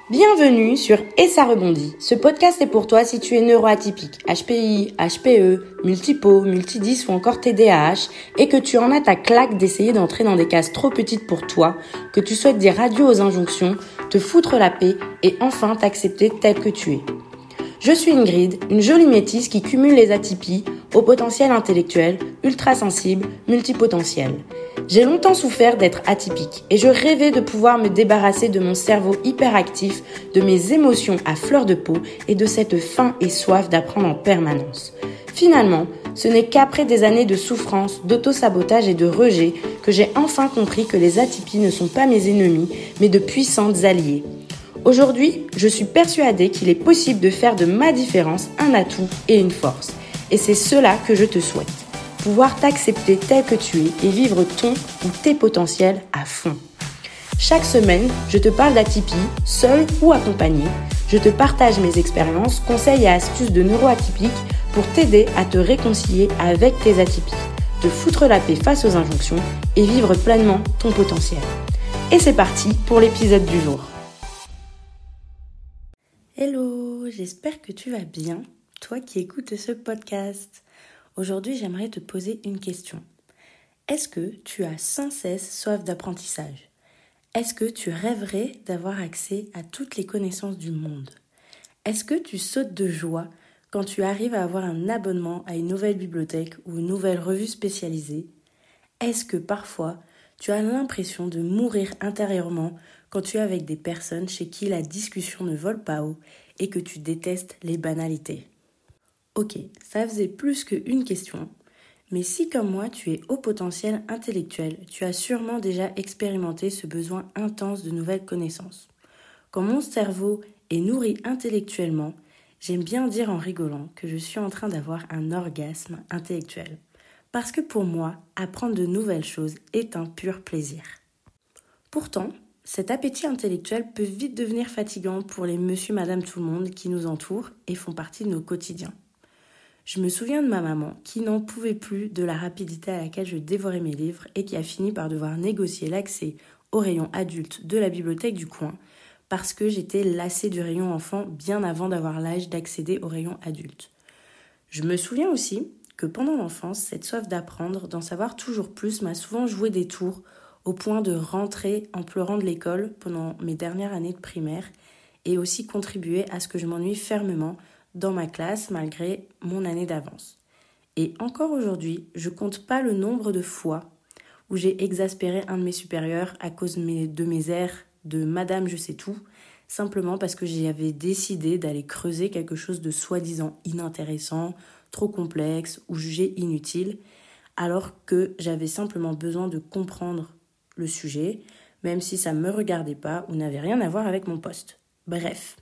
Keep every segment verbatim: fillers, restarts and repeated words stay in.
Bienvenue sur Et ça rebondit. Ce podcast est pour toi si tu es neuroatypique, H P I, H P E, multipo, multidys ou encore T D A H et que tu en as ta claque d'essayer d'entrer dans des cases trop petites pour toi, que tu souhaites dire adieu aux injonctions, te foutre la paix et enfin t'accepter tel que tu es. Je suis Ingrid, une jolie métisse qui cumule les atypies au potentiel intellectuel, ultra sensible, multipotentiel. J'ai longtemps souffert d'être atypique et je rêvais de pouvoir me débarrasser de mon cerveau hyperactif, de mes émotions à fleur de peau et de cette faim et soif d'apprendre en permanence. Finalement, ce n'est qu'après des années de souffrance, d'auto-sabotage et de rejet que j'ai enfin compris que les atypies ne sont pas mes ennemis, mais de puissantes alliées. Aujourd'hui, je suis persuadée qu'il est possible de faire de ma différence un atout et une force. Et c'est cela que je te souhaite. Pouvoir t'accepter tel que tu es et vivre ton ou tes potentiels à fond. Chaque semaine, je te parle d'atypie, seule ou accompagnée. Je te partage mes expériences, conseils et astuces de neuroatypiques pour t'aider à te réconcilier avec tes atypies, te foutre la paix face aux injonctions et vivre pleinement ton potentiel. Et c'est parti pour l'épisode du jour. Hello, j'espère que tu vas bien, toi qui écoutes ce podcast. Aujourd'hui, j'aimerais te poser une question. Est-ce que tu as sans cesse soif d'apprentissage ? Est-ce que tu rêverais d'avoir accès à toutes les connaissances du monde ? Est-ce que tu sautes de joie quand tu arrives à avoir un abonnement à une nouvelle bibliothèque ou une nouvelle revue spécialisée ? Est-ce que parfois, tu as l'impression de mourir intérieurement quand tu es avec des personnes chez qui la discussion ne vole pas haut et que tu détestes les banalités ? Ok, ça faisait plus qu'une question, mais si comme moi tu es haut potentiel intellectuel, tu as sûrement déjà expérimenté ce besoin intense de nouvelles connaissances. Quand mon cerveau est nourri intellectuellement, j'aime bien dire en rigolant que je suis en train d'avoir un orgasme intellectuel. Parce que pour moi, apprendre de nouvelles choses est un pur plaisir. Pourtant, cet appétit intellectuel peut vite devenir fatigant pour les monsieur, madame, tout le monde qui nous entourent et font partie de nos quotidiens. Je me souviens de ma maman qui n'en pouvait plus de la rapidité à laquelle je dévorais mes livres et qui a fini par devoir négocier l'accès au rayon adulte de la bibliothèque du coin parce que j'étais lassée du rayon enfant bien avant d'avoir l'âge d'accéder au rayon adulte. Je me souviens aussi que pendant l'enfance, cette soif d'apprendre, d'en savoir toujours plus, m'a souvent joué des tours au point de rentrer en pleurant de l'école pendant mes dernières années de primaire et aussi contribué à ce que je m'ennuie fermement dans ma classe malgré mon année d'avance. Et encore aujourd'hui, je compte pas le nombre de fois où j'ai exaspéré un de mes supérieurs à cause de mes, de mes airs de madame je sais tout, simplement parce que j'avais décidé d'aller creuser quelque chose de soi-disant inintéressant, trop complexe ou jugé inutile, alors que j'avais simplement besoin de comprendre le sujet, même si ça ne me regardait pas ou n'avait rien à voir avec mon poste. Bref.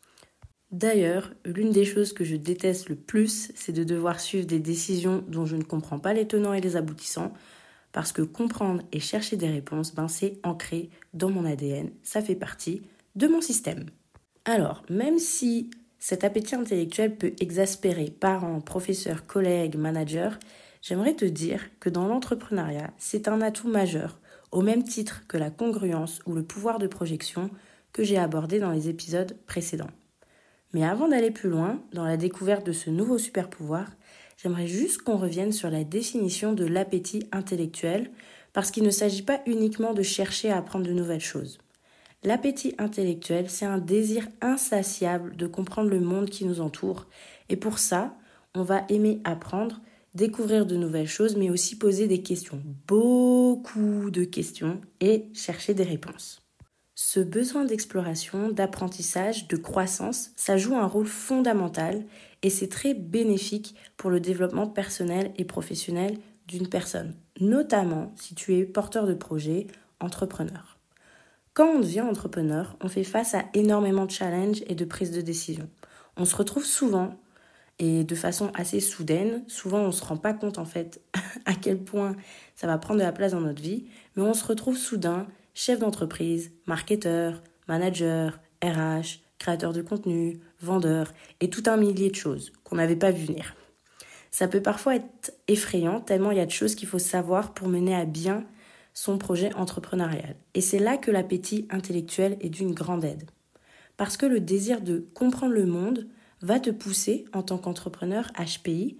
D'ailleurs, l'une des choses que je déteste le plus, c'est de devoir suivre des décisions dont je ne comprends pas les tenants et les aboutissants, parce que comprendre et chercher des réponses, ben c'est ancré dans mon A D N, ça fait partie de mon système. Alors, même si cet appétit intellectuel peut exaspérer parents, professeurs, collègues, managers, j'aimerais te dire que dans l'entrepreneuriat, c'est un atout majeur, au même titre que la congruence ou le pouvoir de projection que j'ai abordé dans les épisodes précédents. Mais avant d'aller plus loin dans la découverte de ce nouveau super-pouvoir, j'aimerais juste qu'on revienne sur la définition de l'appétit intellectuel, parce qu'il ne s'agit pas uniquement de chercher à apprendre de nouvelles choses. L'appétit intellectuel, c'est un désir insatiable de comprendre le monde qui nous entoure. Et pour ça, on va aimer apprendre, découvrir de nouvelles choses, mais aussi poser des questions, beaucoup de questions, et chercher des réponses. Ce besoin d'exploration, d'apprentissage, de croissance, ça joue un rôle fondamental et c'est très bénéfique pour le développement personnel et professionnel d'une personne, notamment si tu es porteur de projet, entrepreneur. Quand on devient entrepreneur, on fait face à énormément de challenges et de prises de décision. On se retrouve souvent, et de façon assez soudaine, souvent on ne se rend pas compte en fait à quel point ça va prendre de la place dans notre vie, mais on se retrouve soudain chef d'entreprise, marketeur, manager, R H, créateur de contenu, vendeur et tout un millier de choses qu'on n'avait pas vu venir. Ça peut parfois être effrayant tellement il y a de choses qu'il faut savoir pour mener à bien son projet entrepreneurial. Et c'est là que l'appétit intellectuel est d'une grande aide. parce que le désir de comprendre le monde va te pousser, en tant qu'entrepreneur H P I,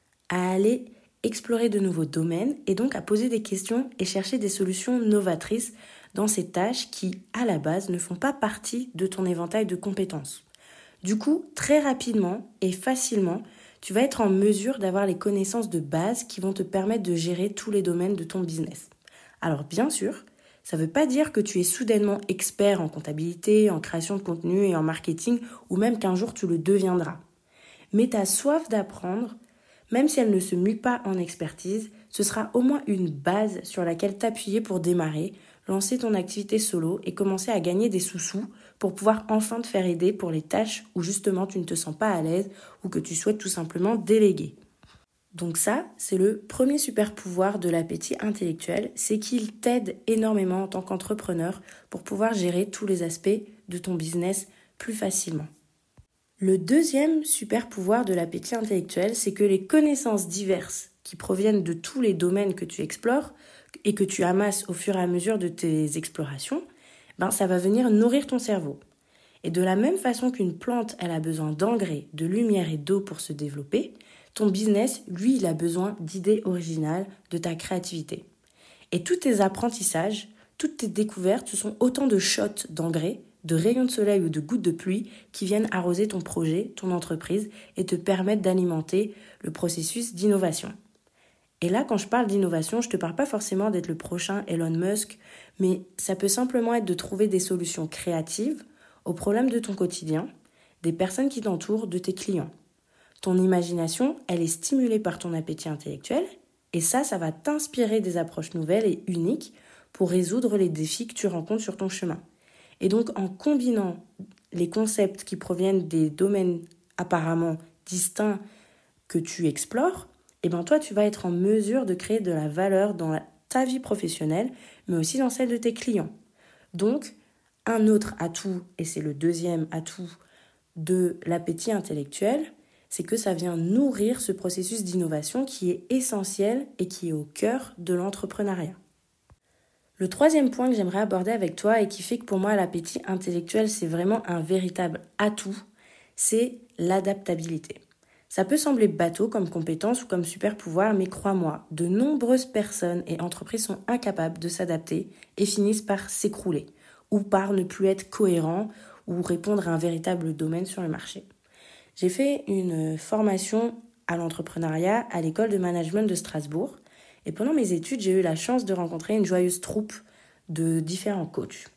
à aller explorer de nouveaux domaines et donc à poser des questions et chercher des solutions novatrices dans ces tâches qui, à la base, ne font pas partie de ton éventail de compétences. Du coup, très rapidement et facilement, tu vas être en mesure d'avoir les connaissances de base qui vont te permettre de gérer tous les domaines de ton business. Alors bien sûr, ça ne veut pas dire que tu es soudainement expert en comptabilité, en création de contenu et en marketing, ou même qu'un jour tu le deviendras. Mais ta soif d'apprendre, même si elle ne se mue pas en expertise, ce sera au moins une base sur laquelle t'appuyer pour démarrer, lancer ton activité solo et commencer à gagner des sous-sous pour pouvoir enfin te faire aider pour les tâches où justement tu ne te sens pas à l'aise ou que tu souhaites tout simplement déléguer. Donc ça, c'est le premier super pouvoir de l'appétit intellectuel, c'est qu'il t'aide énormément en tant qu'entrepreneur pour pouvoir gérer tous les aspects de ton business plus facilement. Le deuxième super pouvoir de l'appétit intellectuel, c'est que les connaissances diverses qui proviennent de tous les domaines que tu explores et que tu amasses au fur et à mesure de tes explorations, ben ça va venir nourrir ton cerveau. Et de la même façon qu'une plante, elle a besoin d'engrais, de lumière et d'eau pour se développer, ton business, lui, il a besoin d'idées originales, de ta créativité. Et tous tes apprentissages, toutes tes découvertes, ce sont autant de shots d'engrais, de rayons de soleil ou de gouttes de pluie qui viennent arroser ton projet, ton entreprise et te permettre d'alimenter le processus d'innovation. Et là, quand je parle d'innovation, je ne te parle pas forcément d'être le prochain Elon Musk, mais ça peut simplement être de trouver des solutions créatives aux problèmes de ton quotidien, des personnes qui t'entourent, de tes clients. Ton imagination, elle est stimulée par ton appétit intellectuel et ça, ça va t'inspirer des approches nouvelles et uniques pour résoudre les défis que tu rencontres sur ton chemin. Et donc, en combinant les concepts qui proviennent des domaines apparemment distincts que tu explores, eh ben toi, tu vas être en mesure de créer de la valeur dans la, ta vie professionnelle, mais aussi dans celle de tes clients. Donc, un autre atout, et c'est le deuxième atout de l'appétit intellectuel, c'est que ça vient nourrir ce processus d'innovation qui est essentiel et qui est au cœur de l'entrepreneuriat. Le troisième point que j'aimerais aborder avec toi et qui fait que pour moi l'appétit intellectuel c'est vraiment un véritable atout, c'est l'adaptabilité. Ça peut sembler bateau comme compétence ou comme super pouvoir, mais crois-moi, de nombreuses personnes et entreprises sont incapables de s'adapter et finissent par s'écrouler ou par ne plus être cohérents ou répondre à un véritable domaine sur le marché. J'ai fait une formation à l'entrepreneuriat à l'école de management de Strasbourg. Et pendant mes études, j'ai eu la chance de rencontrer une joyeuse troupe de différents coachs.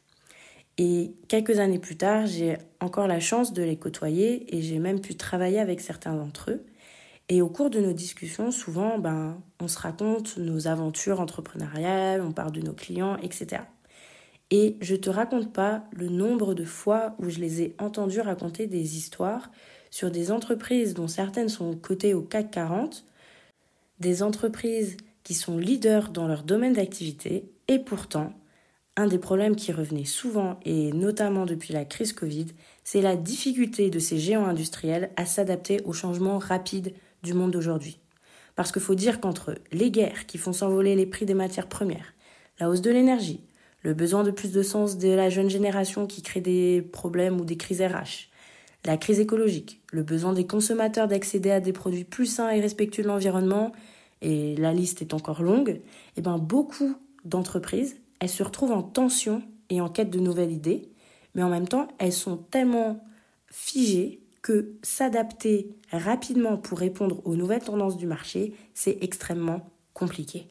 Et quelques années plus tard, j'ai encore la chance de les côtoyer et j'ai même pu travailler avec certains d'entre eux. Et au cours de nos discussions, souvent, ben, on se raconte nos aventures entrepreneuriales, on parle de nos clients, et cetera. Et je te raconte pas le nombre de fois où je les ai entendus raconter des histoires sur des entreprises dont certaines sont cotées au C A C quarante, des entreprises qui sont leaders dans leur domaine d'activité, et pourtant, un des problèmes qui revenait souvent, et notamment depuis la crise Covid, c'est la difficulté de ces géants industriels à s'adapter aux changements rapides du monde d'aujourd'hui. Parce qu'il faut dire qu'entre les guerres qui font s'envoler les prix des matières premières, la hausse de l'énergie, le besoin de plus de sens de la jeune génération qui crée des problèmes ou des crises R H, la crise écologique, le besoin des consommateurs d'accéder à des produits plus sains et respectueux de l'environnement, et la liste est encore longue, et ben beaucoup d'entreprises, elles se retrouvent en tension et en quête de nouvelles idées, mais en même temps, elles sont tellement figées que s'adapter rapidement pour répondre aux nouvelles tendances du marché, c'est extrêmement compliqué.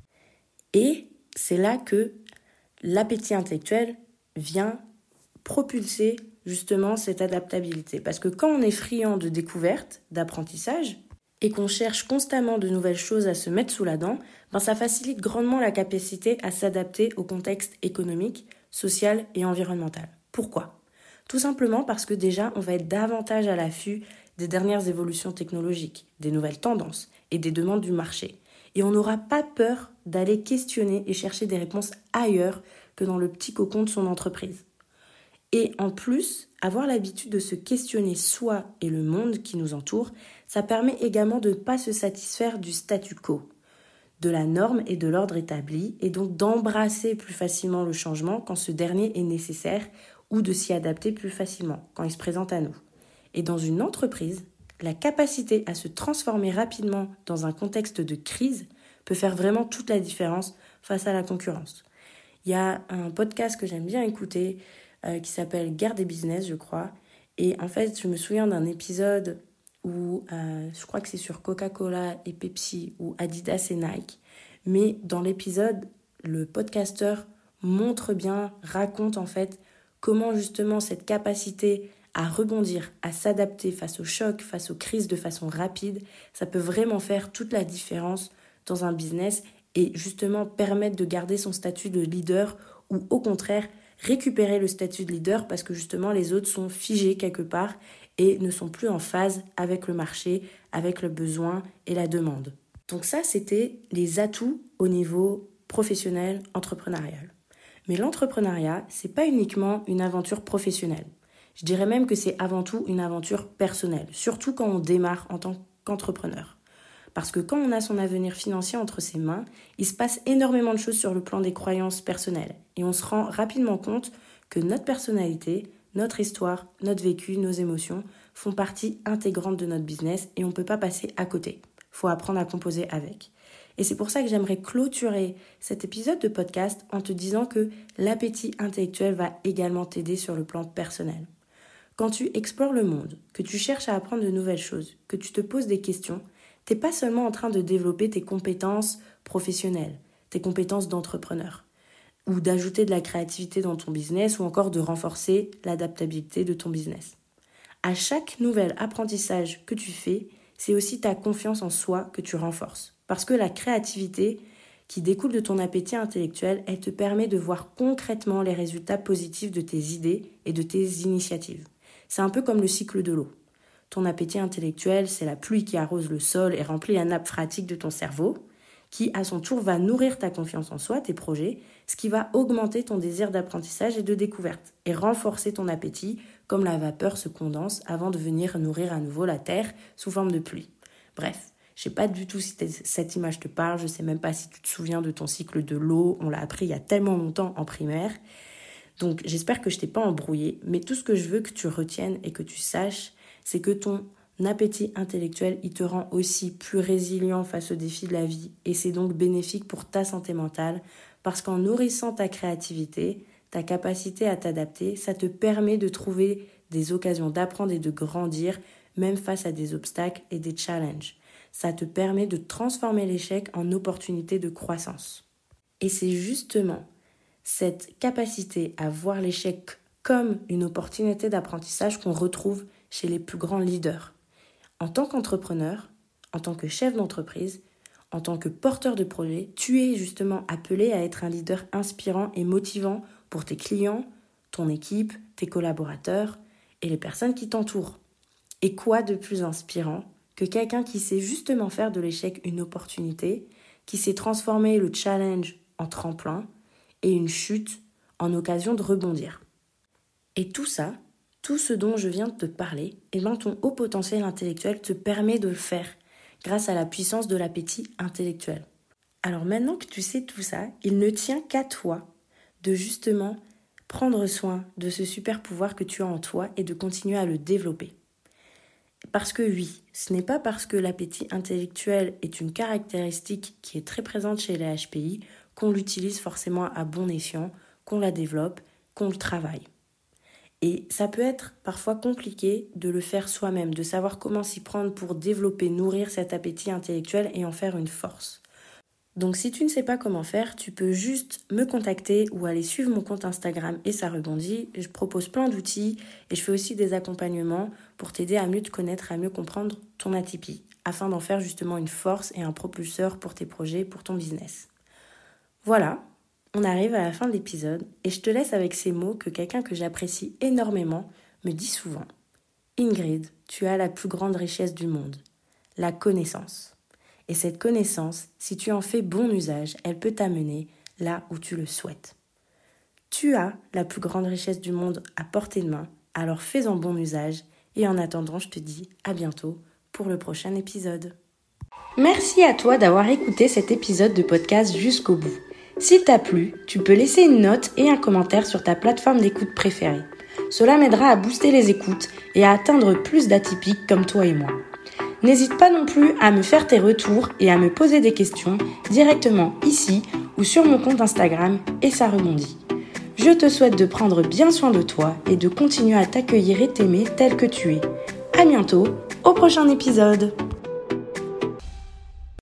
Et c'est là que l'appétit intellectuel vient propulser justement cette adaptabilité. Parce que quand on est friand de découverte, d'apprentissage, et qu'on cherche constamment de nouvelles choses à se mettre sous la dent, ben ça facilite grandement la capacité à s'adapter au contexte économique, social et environnemental. Pourquoi ? Tout simplement parce que déjà, on va être davantage à l'affût des dernières évolutions technologiques, des nouvelles tendances et des demandes du marché. Et on n'aura pas peur d'aller questionner et chercher des réponses ailleurs que dans le petit cocon de son entreprise. Et en plus, avoir l'habitude de se questionner soi et le monde qui nous entoure, ça permet également de ne pas se satisfaire du statu quo, de la norme et de l'ordre établi, et donc d'embrasser plus facilement le changement quand ce dernier est nécessaire ou de s'y adapter plus facilement quand il se présente à nous. Et dans une entreprise, la capacité à se transformer rapidement dans un contexte de crise peut faire vraiment toute la différence face à la concurrence. Il y a un podcast que j'aime bien écouter euh, qui s'appelle Guerre des business, je crois. Et en fait, je me souviens d'un épisode où euh, je crois que c'est sur Coca-Cola et Pepsi ou Adidas et Nike. Mais dans l'épisode, le podcasteur montre bien, raconte en fait comment justement cette capacité à rebondir, à s'adapter face aux chocs, face aux crises de façon rapide, ça peut vraiment faire toute la différence dans un business et justement permettre de garder son statut de leader ou au contraire récupérer le statut de leader parce que justement les autres sont figés quelque part et ne sont plus en phase avec le marché, avec le besoin et la demande. Donc ça, c'était les atouts au niveau professionnel, entrepreneurial. Mais l'entrepreneuriat, c'est pas uniquement une aventure professionnelle. Je dirais même que c'est avant tout une aventure personnelle, surtout quand on démarre en tant qu'entrepreneur. Parce que quand on a son avenir financier entre ses mains, il se passe énormément de choses sur le plan des croyances personnelles. Et on se rend rapidement compte que notre personnalité, notre histoire, notre vécu, nos émotions font partie intégrante de notre business et on ne peut pas passer à côté. Il faut apprendre à composer avec. Et c'est pour ça que j'aimerais clôturer cet épisode de podcast en te disant que l'appétit intellectuel va également t'aider sur le plan personnel. Quand tu explores le monde, que tu cherches à apprendre de nouvelles choses, que tu te poses des questions, tu n'es pas seulement en train de développer tes compétences professionnelles, tes compétences d'entrepreneur, ou d'ajouter de la créativité dans ton business, ou encore de renforcer l'adaptabilité de ton business. À chaque nouvel apprentissage que tu fais, c'est aussi ta confiance en soi que tu renforces. Parce que la créativité qui découle de ton appétit intellectuel, elle te permet de voir concrètement les résultats positifs de tes idées et de tes initiatives. C'est un peu comme le cycle de l'eau. Ton appétit intellectuel, c'est la pluie qui arrose le sol et remplit la nappe phréatique de ton cerveau, qui à son tour va nourrir ta confiance en soi, tes projets, ce qui va augmenter ton désir d'apprentissage et de découverte, et renforcer ton appétit, comme la vapeur se condense avant de venir nourrir à nouveau la terre sous forme de pluie. Bref, je ne sais pas du tout si cette image te parle, je ne sais même pas si tu te souviens de ton cycle de l'eau, on l'a appris il y a tellement longtemps en primaire. Donc j'espère que je ne t'ai pas embrouillé, mais tout ce que je veux que tu retiennes et que tu saches, c'est que ton appétit intellectuel, il te rend aussi plus résilient face aux défis de la vie et c'est donc bénéfique pour ta santé mentale parce qu'en nourrissant ta créativité, ta capacité à t'adapter, ça te permet de trouver des occasions d'apprendre et de grandir même face à des obstacles et des challenges. Ça te permet de transformer l'échec en opportunité de croissance. Et c'est justement cette capacité à voir l'échec comme une opportunité d'apprentissage qu'on retrouve chez les plus grands leaders. En tant qu'entrepreneur, en tant que chef d'entreprise, en tant que porteur de projet, tu es justement appelé à être un leader inspirant et motivant pour tes clients, ton équipe, tes collaborateurs et les personnes qui t'entourent. Et quoi de plus inspirant que quelqu'un qui sait justement faire de l'échec une opportunité, qui sait transformer le challenge en tremplin et une chute en occasion de rebondir. Et tout ça, tout ce dont je viens de te parler, eh ben ton haut potentiel intellectuel te permet de le faire grâce à la puissance de l'appétit intellectuel. Alors maintenant que tu sais tout ça, il ne tient qu'à toi de justement prendre soin de ce super pouvoir que tu as en toi et de continuer à le développer. Parce que oui, ce n'est pas parce que l'appétit intellectuel est une caractéristique qui est très présente chez les H P I qu'on l'utilise forcément à bon escient, qu'on la développe, qu'on le travaille. Et ça peut être parfois compliqué de le faire soi-même, de savoir comment s'y prendre pour développer, nourrir cet appétit intellectuel et en faire une force. Donc si tu ne sais pas comment faire, tu peux juste me contacter ou aller suivre mon compte Instagram et ça rebondit. Je propose plein d'outils et je fais aussi des accompagnements pour t'aider à mieux te connaître, à mieux comprendre ton atypie, afin d'en faire justement une force et un propulseur pour tes projets, pour ton business. Voilà, on arrive à la fin de l'épisode et je te laisse avec ces mots que quelqu'un que j'apprécie énormément me dit souvent. Ingrid, tu as la plus grande richesse du monde, la connaissance. Et cette connaissance, si tu en fais bon usage, elle peut t'amener là où tu le souhaites. Tu as la plus grande richesse du monde à portée de main, alors fais-en bon usage. Et en attendant, je te dis à bientôt pour le prochain épisode. Merci à toi d'avoir écouté cet épisode de podcast jusqu'au bout. S'il t'a plu, tu peux laisser une note et un commentaire sur ta plateforme d'écoute préférée. Cela m'aidera à booster les écoutes et à atteindre plus d'atypiques comme toi et moi. N'hésite pas non plus à me faire tes retours et à me poser des questions directement ici ou sur mon compte Instagram et ça rebondit. Je te souhaite de prendre bien soin de toi et de continuer à t'accueillir et t'aimer tel que tu es. À bientôt, au prochain épisode.